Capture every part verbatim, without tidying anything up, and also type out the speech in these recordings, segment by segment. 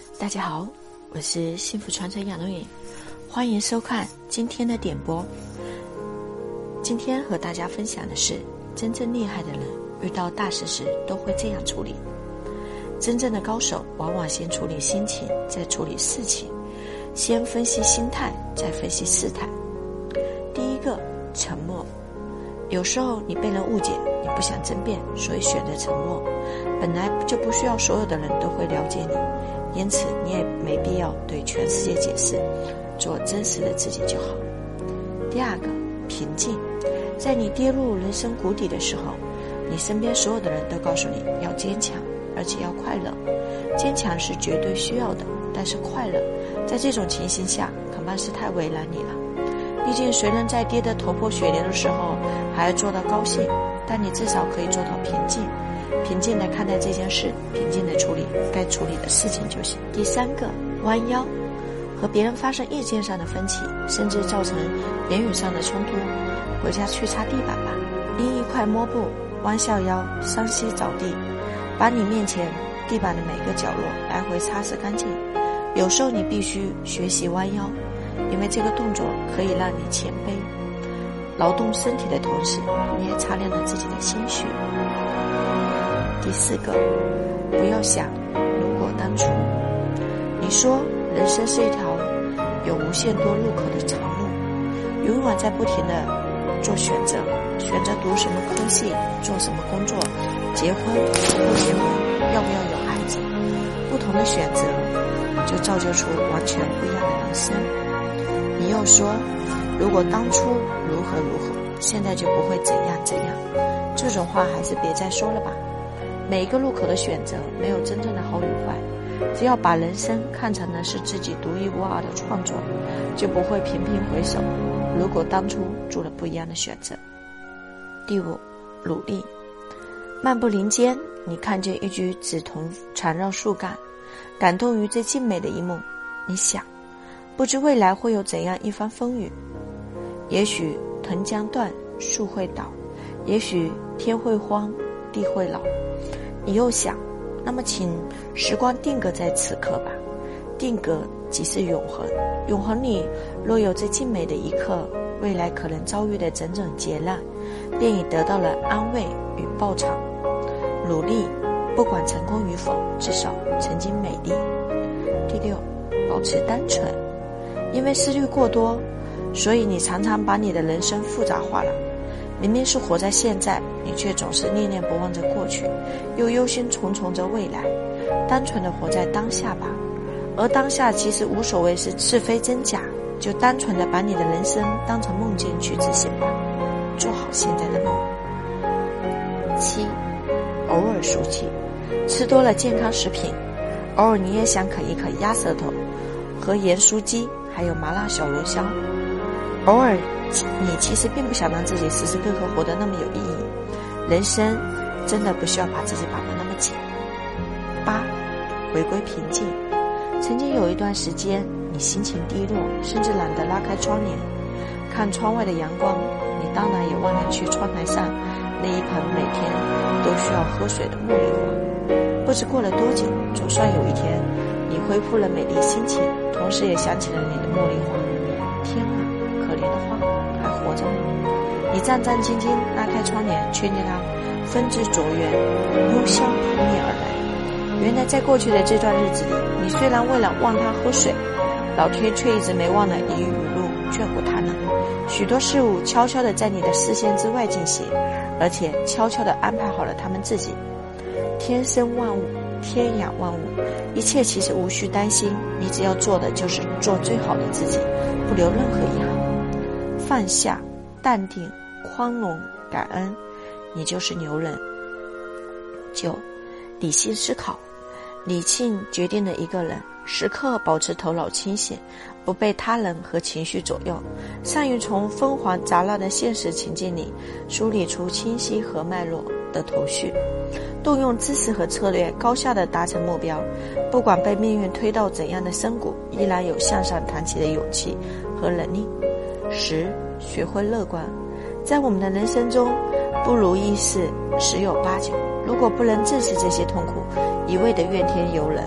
大家好，我是幸福传承养乐营，欢迎收看今天的点播。今天和大家分享的是，真正厉害的人遇到大事时都会这样处理。真正的高手往往先处理心情，再处理事情，先分析心态，再分析事态。第一个，沉默。有时候你被人误解，你不想争辩，所以选择沉默。本来就不需要所有的人都会了解你，因此你也没必要对全世界解释，做真实的自己就好。第二个，平静。在你跌入人生谷底的时候，你身边所有的人都告诉你要坚强，而且要快乐。坚强是绝对需要的，但是快乐在这种情形下恐怕是太为难你了。毕竟谁能在跌得头破血流的时候还要做到高兴，但你至少可以做到平静，平静地看待这件事，平静地处理该处理的事情就行。第三个，弯腰。和别人发生意见上的分歧，甚至造成言语上的冲突，回家去擦地板吧，拎一块抹布，弯下腰，双膝着地，把你面前地板的每个角落来回擦拭干净。有时候你必须学习弯腰，因为这个动作可以让你谦卑，劳动身体的同时，你也擦亮了自己的心绪。第四个，不要想如果当初。你说人生是一条有无限多路口的长路，永远在不停的做选择，选择读什么科系，做什么工作，结婚不结婚，要不要有孩子。不同的选择就造就出完全不一样的人生。你又说如果当初如何如何，现在就不会怎样怎样，这种话还是别再说了吧。每一个路口的选择没有真正的好与坏，只要把人生看成的是自己独一无二的创作，就不会频频回首如果当初做了不一样的选择。第五，努力。漫步林间，你看见一株紫藤缠绕树干，感动于这静美的一幕，你想不知未来会有怎样一番风雨，也许藤将断，树会倒，也许天会荒，地会老。你又想，那么请时光定格在此刻吧，定格即是永恒。永恒里若有这静美的一刻，未来可能遭遇的整整劫难，便已得到了安慰与报偿。努力，不管成功与否，至少曾经美丽。第六，保持单纯。因为思虑过多，所以你常常把你的人生复杂化了。明明是活在现在，你却总是念念不忘着过去，又忧心忡忡着未来。单纯的活在当下吧，而当下其实无所谓是是非真假，就单纯的把你的人生当成梦境去执行吧，做好现在的梦。七，偶尔俗气。吃多了健康食品，偶尔你也想啃一啃鸭舌头和盐酥鸡，还有麻辣小龙虾。偶尔你其实并不想让自己时时刻刻活得那么有意义，人生真的不需要把自己绑得那么紧。八，回归平静。曾经有一段时间你心情低落，甚至懒得拉开窗帘看窗外的阳光，你当然也忘了去窗台上那一盆每天都需要喝水的茉莉花。不知过了多久，总算有一天你恢复了美丽心情，同时也想起了你的茉莉花。天啊，可怜的花还活着吗？你战战兢兢拉开窗帘，却见它纷枝灼月，幽香扑面而来。原来在过去的这段日子里，你虽然为了忘它喝水，老天却一直没忘了以雨露眷顾它呢。许多事物悄悄地在你的视线之外进行，而且悄悄地安排好了它们自己。天生万物，天养万物，一切其实无需担心，你只要做的就是做最好的自己，不留任何遗憾。放下，淡定，宽容，感恩，你就是牛人。九，理性思考。理性决定了一个人时刻保持头脑清醒，不被他人和情绪左右，善于从纷繁杂乱的现实情境里梳理出清晰和脉络的头绪，动用知识和策略高效地达成目标。不管被命运推到怎样的深谷，依然有向上弹起的勇气和能力。十，学会乐观。在我们的人生中，不如意事十有八九，如果不能正视这些痛苦，一味的怨天尤人，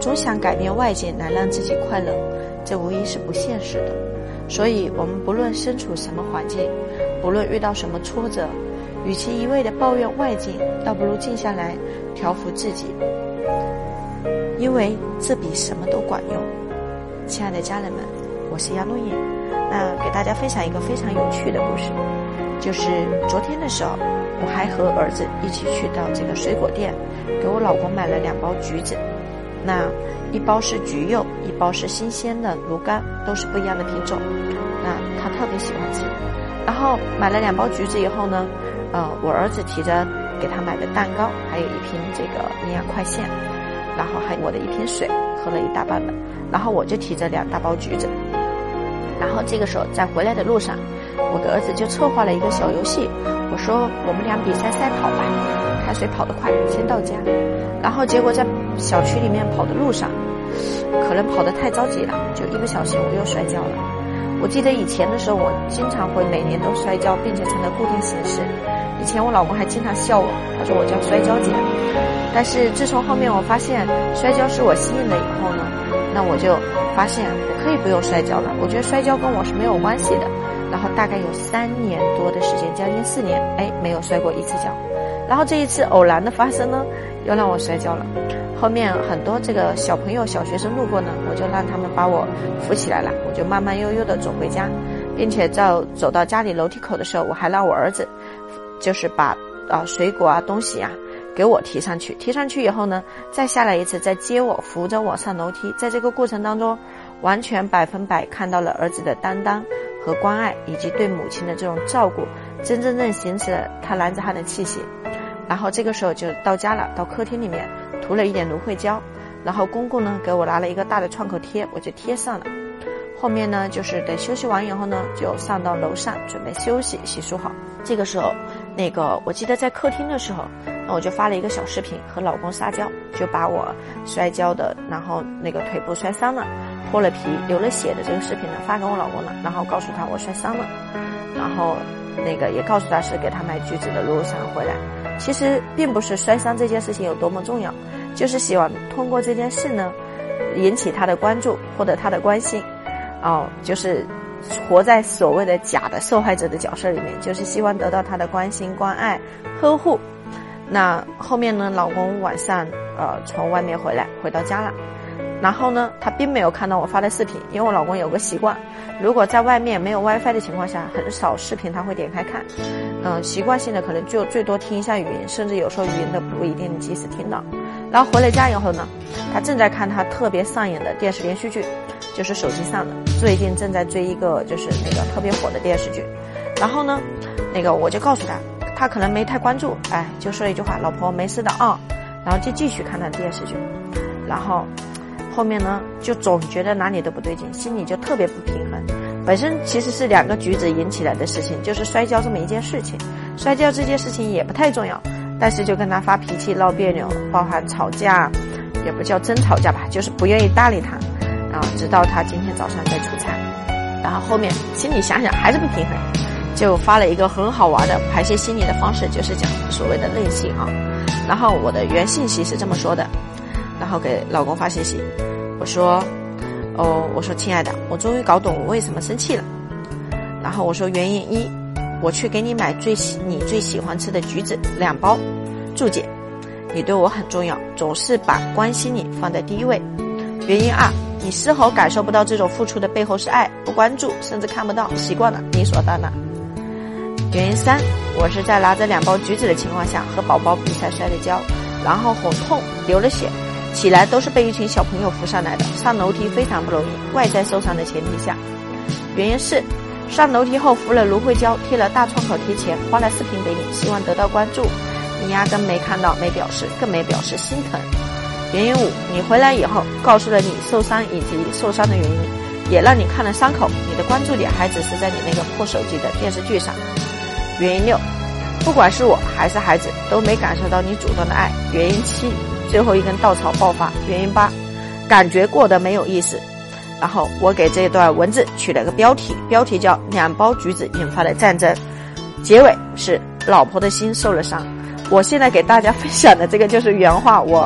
总想改变外界来让自己快乐，这无疑是不现实的。所以我们不论身处什么环境，不论遇到什么挫折，与其一味的抱怨外境，倒不如静下来调服自己，因为这比什么都管用。亲爱的家人们，我是杨露颖，那给大家分享一个非常有趣的故事，就是昨天的时候，我还和儿子一起去到这个水果店，给我老公买了两包橘子，那一包是橘柚，一包是新鲜的芦柑，都是不一样的品种，那他特别喜欢吃。然后买了两包橘子以后呢，呃，我儿子提着给他买的蛋糕，还有一瓶这个营养快线，然后还有我的一瓶水，喝了一大半的，然后我就提着两大包橘子。然后这个时候在回来的路上，我给儿子就策划了一个小游戏，我说我们俩比赛赛跑吧，看谁跑得快先到家。然后结果在小区里面跑的路上，可能跑得太着急了，就一不小心我又摔跤了。我记得以前的时候，我经常会每年都摔跤，并且成了固定形式。以前我老公还经常笑我，他说我叫摔跤姐。但是自从后面我发现摔跤是我吸引了以后呢，那我就发现我可以不用摔跤了。我觉得摔跤跟我是没有关系的。然后大概有三年多的时间，将近四年，哎，没有摔过一次跤。然后这一次偶然的发生呢，又让我摔跤了。后面很多这个小朋友、小学生路过呢，我就让他们把我扶起来了，我就慢慢悠悠的走回家，并且在走到家里楼梯口的时候，我还让我儿子，就是把啊、呃、水果啊东西啊给我提上去，提上去以后呢，再下来一次，再接我，扶着我上楼梯。在这个过程当中，完全百分百看到了儿子的担当和关爱，以及对母亲的这种照顾，真真正形成了他男子汉的气息。然后这个时候就到家了，到客厅里面涂了一点芦荟胶，然后公公呢给我拿了一个大的创可贴，我就贴上了。后面呢就是等休息完以后呢，就上到楼上准备休息，洗漱好。这个时候那个我记得在客厅的时候，那我就发了一个小视频和老公撒娇，就把我摔跤的，然后那个腿部摔伤了，破了皮流了血的这个视频呢发给我老公了，然后告诉他我摔伤了，然后那个也告诉他是给他买橘子的路上回来。其实并不是摔伤这件事情有多么重要，就是希望通过这件事呢引起他的关注，获得他的关心，哦，就是活在所谓的假的受害者的角色里面，就是希望得到他的关心、关爱、呵护。那后面呢，老公晚上呃从外面回来，回到家了，然后呢他并没有看到我发的视频，因为我老公有个习惯，如果在外面没有 WiFi 的情况下，很少视频他会点开看，嗯、呃，习惯性的可能就最多听一下语音，甚至有时候语音都不一定及时听到。然后回了家以后呢，他正在看他特别上瘾的电视连续剧，就是手机上的，最近正在追一个就是那个特别火的电视剧。然后呢，那个我就告诉他，他可能没太关注，哎，就说一句话，老婆没事的啊，然后就继续看他的电视剧。然后后面呢，就总觉得哪里都不对劲，心里就特别不平衡。本身其实是两个橘子引起来的事情，就是摔跤这么一件事情，摔跤这件事情也不太重要，但是就跟他发脾气、闹别扭，包含吵架，也不叫真吵架吧，就是不愿意搭理他。然后直到他今天早上在出差，然后后面心里想想还是不平衡，就发了一个很好玩的排泄心理的方式，就是讲所谓的任性啊。然后我的原信息是这么说的，然后给老公发信息，我说哦，我说亲爱的，我终于搞懂我为什么生气了。然后我说原因一，我去给你买最喜你最喜欢吃的橘子两包，注解，你对我很重要，总是把关心你放在第一位。原因二，你丝毫感受不到这种付出的背后是爱，不关注，甚至看不到，习惯了，理所当然。原因三，我是在拿着两包橘子的情况下和宝宝比赛摔了跤，然后红痛流了血，起来都是被一群小朋友扶上来的，上楼梯非常不容易，外在受伤的前提下。原因四，上楼梯后敷了芦荟胶，贴了大创口贴钱，发了视频给你，希望得到关注，你压根没看到，没表示，更没表示心疼。原因五，你回来以后告诉了你受伤以及受伤的原因，也让你看了伤口，你的关注点还只是在你那个破手机的电视剧上。原因六，不管是我还是孩子都没感受到你主动的爱。原因七，最后一根稻草爆发。原因八，感觉过得没有意思。然后我给这段文字取了个标题，标题叫两包橘子引发的战争，结尾是老婆的心受了伤。我现在给大家分享的这个就是原话，我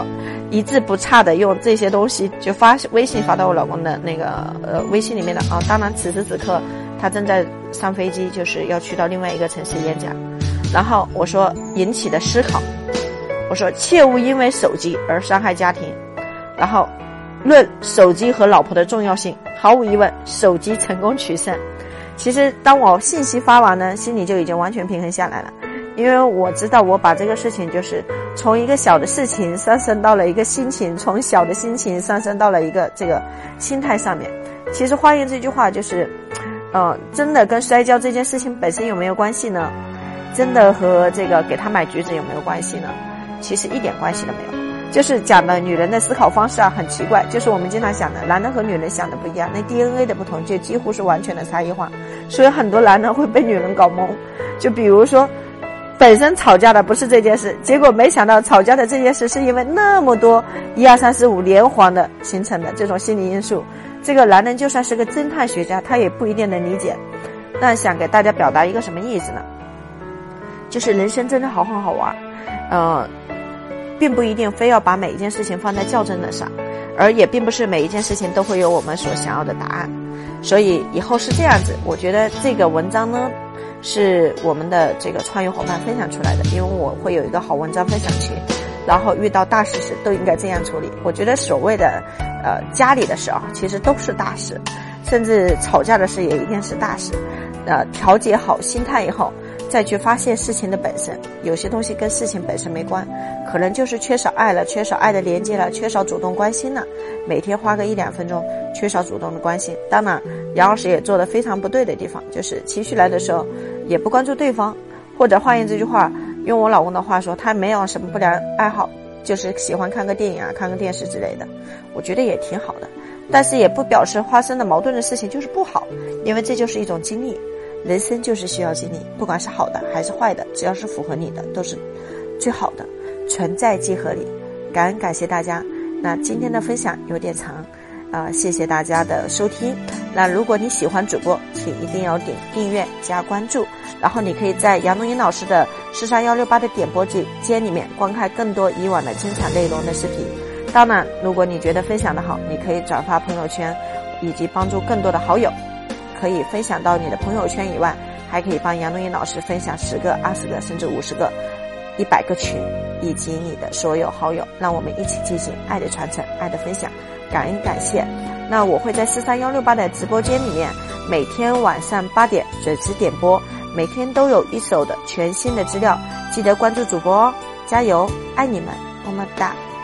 一字不差的用这些东西就发微信发到我老公的那个呃微信里面的啊。当然此时此刻他正在上飞机，就是要去到另外一个城市演讲。然后我说引起的思考，我说切勿因为手机而伤害家庭。然后论手机和老婆的重要性，毫无疑问手机成功取胜。其实当我信息发完呢，心里就已经完全平衡下来了，因为我知道我把这个事情就是从一个小的事情上升到了一个心情，从小的心情上升到了一个这个心态上面。其实花言这句话就是呃，真的跟摔跤这件事情本身有没有关系呢？真的和这个给他买橘子有没有关系呢？其实一点关系都没有。就是讲的女人的思考方式啊，很奇怪，就是我们经常讲的男人和女人想的不一样，那 D N A 的不同就几乎是完全的差异化，所以很多男人会被女人搞懵。就比如说本身吵架的不是这件事，结果没想到吵架的这件事是因为那么多一二三四五连环的形成的这种心理因素，这个男人就算是个侦探学家他也不一定能理解。那想给大家表达一个什么意思呢？就是人生真的好很好玩，呃并不一定非要把每一件事情放在较真的上，而也并不是每一件事情都会有我们所想要的答案。所以以后是这样子，我觉得这个文章呢是我们的这个创业伙伴分享出来的，因为我会有一个好文章分享群，然后遇到大事时都应该这样处理。我觉得所谓的呃家里的事啊，其实都是大事，甚至吵架的事也一定是大事。呃调节好心态以后，再去发现事情的本身，有些东西跟事情本身没关，可能就是缺少爱了，缺少爱的连接了，缺少主动关心了。每天花个一两分钟，缺少主动的关心。当然杨老师也做得非常不对的地方，就是情绪来的时候也不关注对方，或者换言这句话，用我老公的话说，他没有什么不良爱好，就是喜欢看个电影啊，看个电视之类的，我觉得也挺好的。但是也不表示发生的矛盾的事情就是不好，因为这就是一种经历，人生就是需要经历，不管是好的还是坏的，只要是符合你的都是最好的，存在即合理。感恩感谢大家，那今天的分享有点长呃，谢谢大家的收听。那如果你喜欢主播，请一定要点订阅加关注，然后你可以在杨东英老师的四三一六八的点播间里面观看更多以往的精彩内容的视频。当然如果你觉得分享的好，你可以转发朋友圈，以及帮助更多的好友，可以分享到你的朋友圈以外，还可以帮杨东英老师分享十个、二十个甚至五十个、一百个群，以及你的所有好友，让我们一起进行爱的传承、爱的分享。感恩感谢。那我会在四三一六八的直播间里面每天晚上八点准时点播，每天都有一手的全新的资料，记得关注主播哦，加油，爱你们，么么哒。